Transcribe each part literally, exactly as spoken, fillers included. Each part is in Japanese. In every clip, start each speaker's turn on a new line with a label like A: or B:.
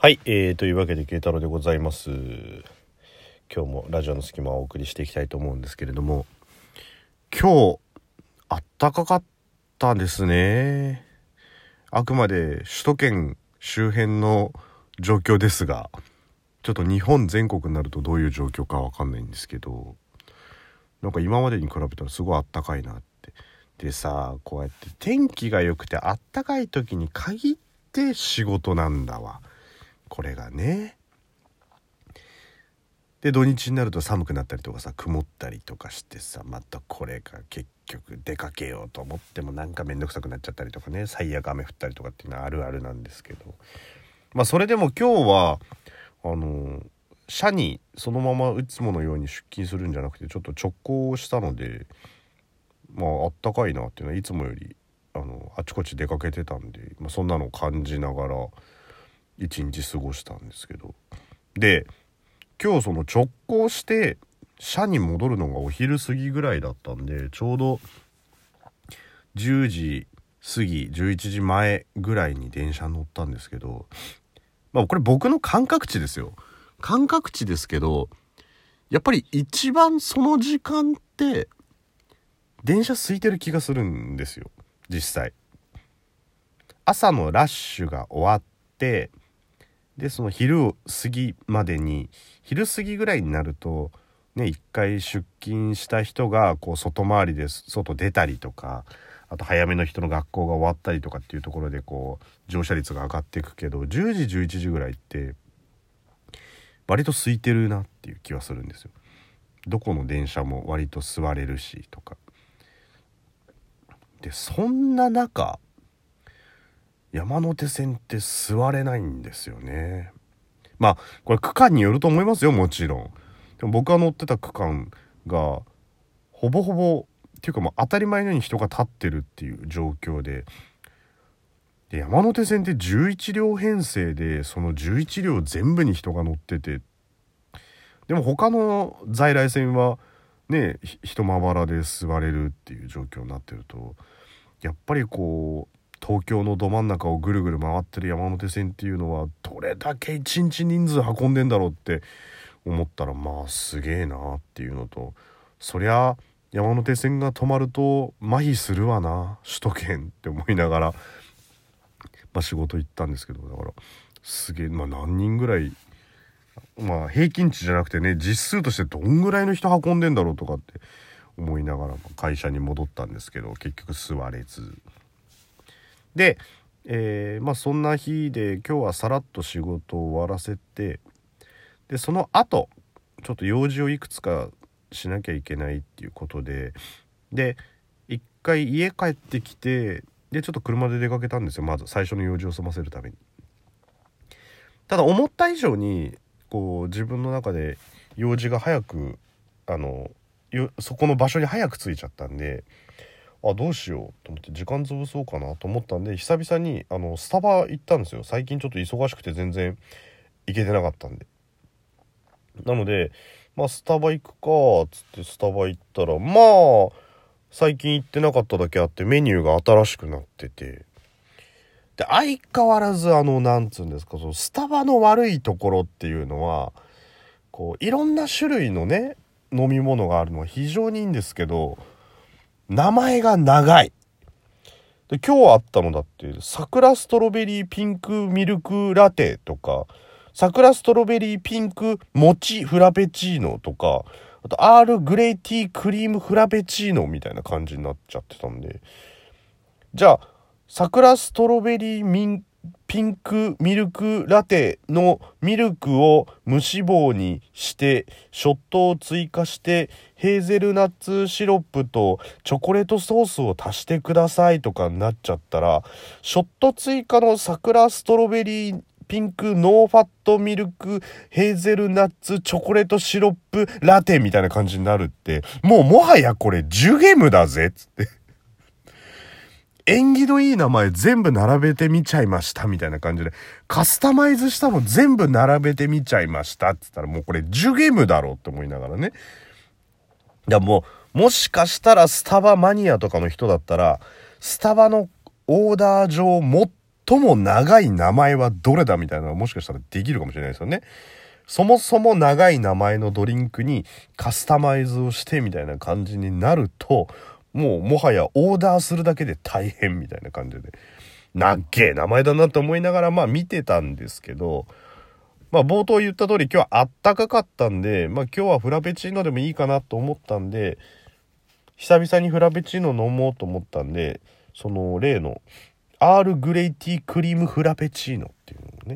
A: はい、えー、というわけで慶太郎でございます。今日もラジオの隙間をお送りしていきたいと思うんですけれども、今日あったかかったんですね。あくまで首都圏周辺の状況ですが、ちょっと日本全国になるとどういう状況かわかんないんですけど、なんか今までに比べたらすごいあったかいなって。でさ、こうやって天気が良くてあったかい時に限って仕事なんだわ、これがね。で土日になると寒くなったりとかさ、曇ったりとかしてさ、またこれが結局出かけようと思ってもなんかめんどくさくなっちゃったりとかね、最悪雨降ったりとかっていうのはあるあるなんですけど、まあそれでも今日はあの社にそのままいつものように出勤するんじゃなくて、ちょっと直行したので、まああったかいなっていうのはいつもよりあのあちこち出かけてたんで、まあ、そんなのを感じながら一日過ごしたんですけど、で今日その直行して社に戻るのがお昼過ぎぐらいだったんで、ちょうどじゅうじ過ぎじゅういちじまえぐらいに電車乗ったんですけど、まあこれ僕の感覚値ですよ、感覚値ですけど、やっぱり一番その時間って電車空いてる気がするんですよ。実際朝のラッシュが終わって、でその昼過ぎまでに、昼過ぎぐらいになるとね、一回出勤した人がこう外回りで外出たりとか、あと早めの人の学校が終わったりとかっていうところでこう乗車率が上がっていくけど、じゅうじじゅういちじぐらいって割と空いてるなっていう気はするんですよ。どこの電車も割と座れるしとかで、そんな中山手線って座れないんですよね。まあこれ区間によると思いますよ、もちろん。でも僕が乗ってた区間がほぼほぼっていうか、もう当たり前のように人が立ってるっていう状況で、で山手線ってじゅういちりょう編成で、そのじゅういちりょう全部に人が乗ってて、でも他の在来線はね人まばらで座れるっていう状況になってると、やっぱりこう東京のど真ん中をぐるぐる回ってる山手線っていうのはどれだけ一日人数運んでんだろうって思ったら、まあすげえなっていうのと、そりゃ山手線が止まると麻痺するわな首都圏って思いながら、まあ、仕事行ったんですけど、だからすげえ、まあ何人ぐらい、まあ平均値じゃなくてね、実数としてどんぐらいの人運んでんだろうとかって思いながら会社に戻ったんですけど、結局座れずで、えー、まあそんな日で今日はさらっと仕事を終わらせて、でその後ちょっと用事をいくつかしなきゃいけないっていうことで、で一回家帰ってきて、でちょっと車で出かけたんですよ、まず最初の用事を済ませるために。ただ思った以上にこう自分の中で用事が早くあのそこの場所に早く着いちゃったんで、あどうしようと思って時間潰そうかなと思ったんで、久々にあのスタバ行ったんですよ。最近ちょっと忙しくて全然行けてなかったんで。なのでまあスタバ行くかっつってスタバ行ったら、まあ最近行ってなかっただけあってメニューが新しくなってて、で相変わらずあのなんつうんですか、そのスタバの悪いところっていうのは、こういろんな種類のね飲み物があるのは非常にいいんですけど、名前が長い。で今日あったのだって桜ストロベリーピンクミルクラテとか、桜ストロベリーピンクもちフラペチーノとか、あとアールグレイティークリームフラペチーノみたいな感じになっちゃってたんで、じゃあ桜ストロベリーミンピンクミルクラテのミルクを無脂肪にしてショットを追加してヘーゼルナッツシロップとチョコレートソースを足してくださいとかになっちゃったら、ショット追加の桜ストロベリーピンクノーファットミルクヘーゼルナッツチョコレートシロップラテみたいな感じになるって、もうもはやこれジュゲムだぜっつって縁起のいい名前全部並べてみちゃいましたみたいな感じで、カスタマイズしたの全部並べてみちゃいましたって言ったら、もうこれジュゲムだろうって思いながらね。いやもうもしかしたらスタバマニアとかの人だったらスタバのオーダー上持っ最も長い名前はどれだみたいなのがもしかしたらできるかもしれないですよね。そもそも長い名前のドリンクにカスタマイズをしてみたいな感じになると、もうもはやオーダーするだけで大変みたいな感じで、なっけえ名前だなと思いながらまあ見てたんですけど、まあ冒頭言った通り今日はあったかかったんで、まあ今日はフラペチーノでもいいかなと思ったんで、久々にフラペチーノ飲もうと思ったんで、その例のアールグレイティークリームフラペチーノっていうのをね、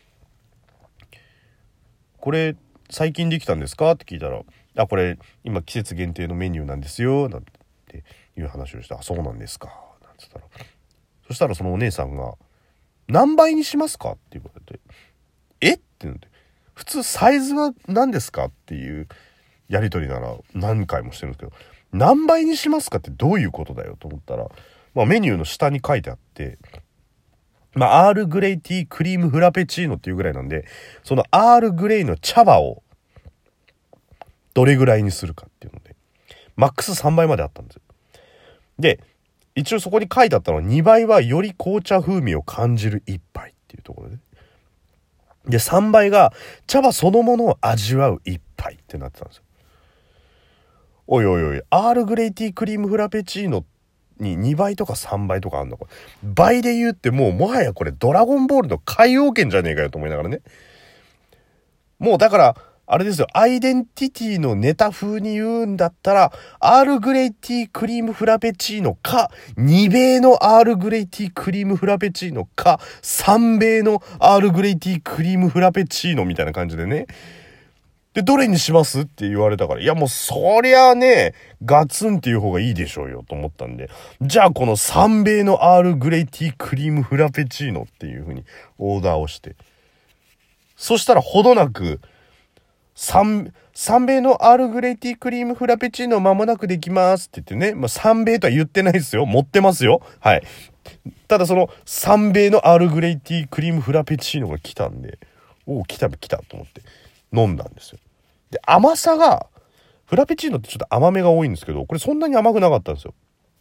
A: これ最近できたんですかって聞いたら、あ、これ今季節限定のメニューなんですよなんていう話をして、あ、そうなんですかなんつったら、そしたらそのお姉さんが何倍にしますかって言われて、えってなって、普通サイズは何ですかっていうやり取りなら何回もしてるんですけど、何倍にしますかってどういうことだよと思ったら、まあメニューの下に書いてあって、まあアールグレイティークリームフラペチーノっていうぐらいなんで、そのアールグレイの茶葉をどれぐらいにするかっていうので、マックスさんばいまであったんですよ。で、一応そこに書いてあったのはにばいはより紅茶風味を感じる一杯っていうところで、でさんばいが茶葉そのものを味わう一杯ってなってたんですよ。おいおいおい、アールグレイティークリームフラペチーノににばいとかさんばいとかあんの？これ倍で言うってもうもはやこれドラゴンボールの海王剣じゃねえかよと思いながらね。もうだからあれですよ、アイデンティティのネタ風に言うんだったら、アールグレイティクリームフラペチーノか、にべいのアールグレイティクリームフラペチーノか、さんべいのアールグレイティクリームフラペチーノみたいな感じでね。で、どれにしますって言われたから、いやもうそりゃね、ガツンっていう方がいいでしょうよと思ったんで、じゃあこのさんべいのアールグレイティクリームフラペチーノっていう風にオーダーをして、そしたらほどなく、3、3べいのアールグレイティクリームフラペチーノ間もなくできますって言ってね。まあ、さんべいとは言ってないですよ。持ってますよ。はい。ただそのさんべいのアールグレイティクリームフラペチーノが来たんで、おお、来た来たと思って飲んだんですよ。で、甘さが、フラペチーノってちょっと甘めが多いんですけど、これそんなに甘くなかったんですよ。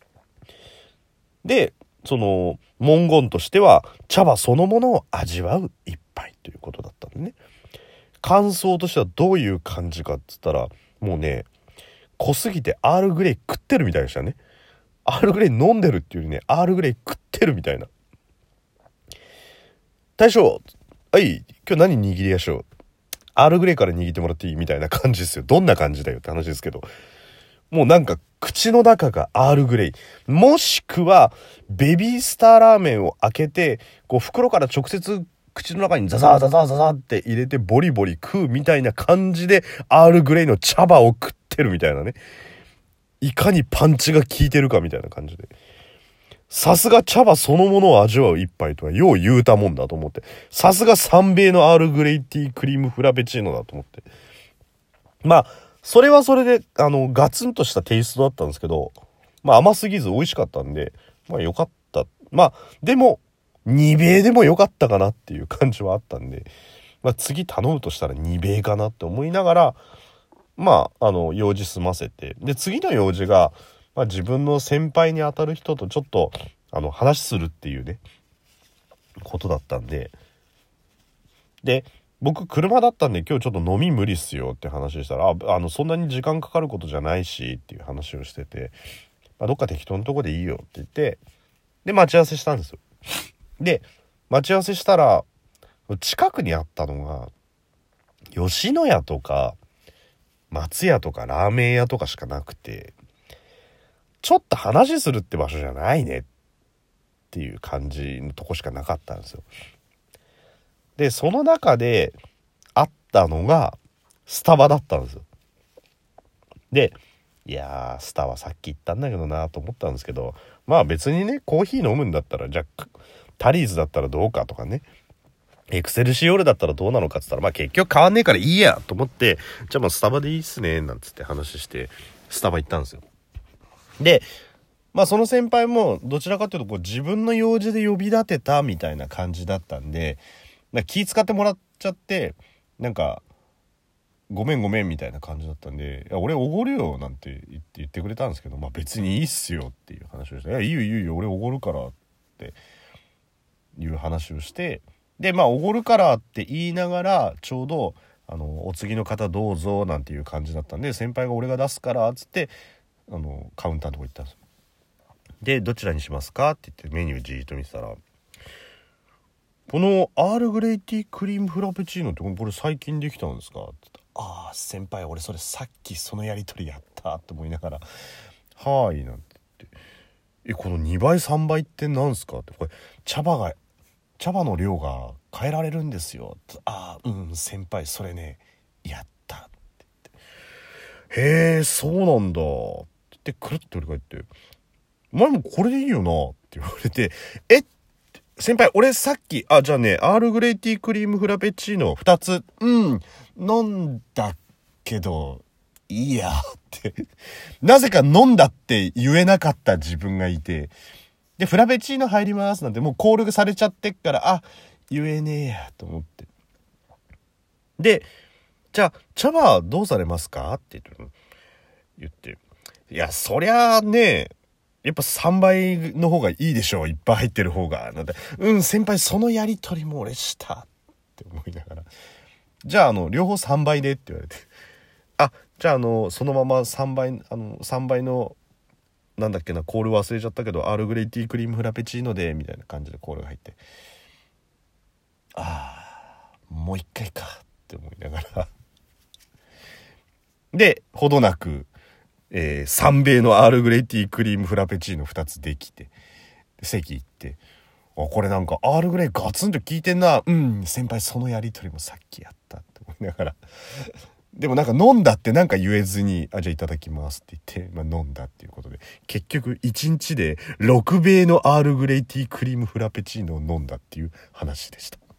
A: で、その文言としては、茶葉そのものを味わう一杯ということだったんでね。感想としてはどういう感じかっつったら、もうね、濃すぎてアールグレイ食ってるみたいでしたね。アールグレイ飲んでるっていうよりね、アールグレイ食ってるみたいな。大将、はい、今日何握りやしょう。アールグレイから握ってもらっていいみたいな感じですよ。どんな感じだよって話ですけど。もうなんか口の中がアールグレイ。もしくはベビースターラーメンを開けて、こう袋から直接口の中にザザーザザーザザーって入れてボリボリ食うみたいな感じでアールグレイの茶葉を食ってるみたいなね。いかにパンチが効いてるかみたいな感じで。さすが茶葉そのものを味わう一杯とはよう言うたもんだと思って。さすがさんべいのアールグレイティクリームフラペチーノだと思って。まあ、それはそれで、あの、ガツンとしたテイストだったんですけど、まあ甘すぎず美味しかったんで、まあよかった。まあ、でも、にべいでもよかったかなっていう感じはあったんで、まあ次頼むとしたらにべいかなって思いながら、まあ、あの、用事済ませて、で、次の用事が、まあ自分の先輩に当たる人とちょっと、あの、話するっていうね、ことだったんで、で、僕車だったんで今日ちょっと飲み無理っすよって話したら、あ、あの、そんなに時間かかることじゃないしっていう話をしてて、まあ、どっか適当なとこでいいよって言って、で、待ち合わせしたんですよ。で、待ち合わせしたら、近くにあったのが、吉野家とか、松屋とかラーメン屋とかしかなくて、ちょっと話するって場所じゃないねっていう感じのとこしかなかったんですよ。で、その中であったのがスタバだったんですよ。で、いやースタバさっき言ったんだけどなと思ったんですけど、まあ別にねコーヒー飲むんだったらじゃあタリーズだったらどうかとかね、エクセルシオールだったらどうなのかっつったら、まあ結局変わんねえからいいやと思って、じゃあもうスタバでいいっすねなんつって話してスタバ行ったんですよ。で、まあその先輩もどちらかというとこう自分の用事で呼び立てたみたいな感じだったんで、なんか気使ってもらっちゃって、なんかごめんごめんみたいな感じだったんで、いや俺おごるよなんて言って言ってくれたんですけど、まあ別にいいっすよっていう話をして、いやいいよいいよ俺おごるからっていう話をして、でまあおごるからって言いながらちょうどあのお次の方どうぞなんていう感じだったんで、先輩が俺が出すからっつってあのカウンターのとこ行ったんですよ。でどちらにしますかって言ってメニューじーっと見てたら、このアールグレイティークリームフラペチーノってこれ最近できたんですかって言ったら、ああ先輩俺それさっきそのやり取りやったと思いながら、はーいなんて言って、えこのにばいさんばいってなんすかって、これ茶葉が茶葉の量が変えられるんですよ。ああうん先輩それねやったって言って、へえそうなんだって言ってくるって振り返って、お前もこれでいいよなって言われて、え先輩俺さっきあじゃあねアールグレイティークリームフラペチーノふたつうん飲んだけどいいやってなぜか飲んだって言えなかった自分がいて、でフラペチーノ入りますなんてもうコールされちゃってっから、あ言えねえやと思って、でじゃあ茶葉どうされますかって言って、いやそりゃあねやっぱさんばいの方がいいでしょう、いっぱい入ってる方がなんて、うん先輩そのやり取りも俺したって思いながら、じゃああの両方さんばいでって言われて、あじゃああのそのままさんばいあのさんばいのなんだっけなコール忘れちゃったけどアールグレイティークリームフラペチーノでみたいな感じでコールが入って、あーもう一回かって思いながらでほどなくえー、さんべいのアールグレイティークリームフラペチーノふたつできて、席行って、あこれなんかアールグレイガツンと効いてんな、うん先輩そのやり取りもさっきやったって思いながらでもなんか飲んだってなんか言えずに、あじゃあいただきますって言って、まあ、飲んだっていうことで結局いちにちでろくべいのアールグレイティークリームフラペチーノを飲んだっていう話でした。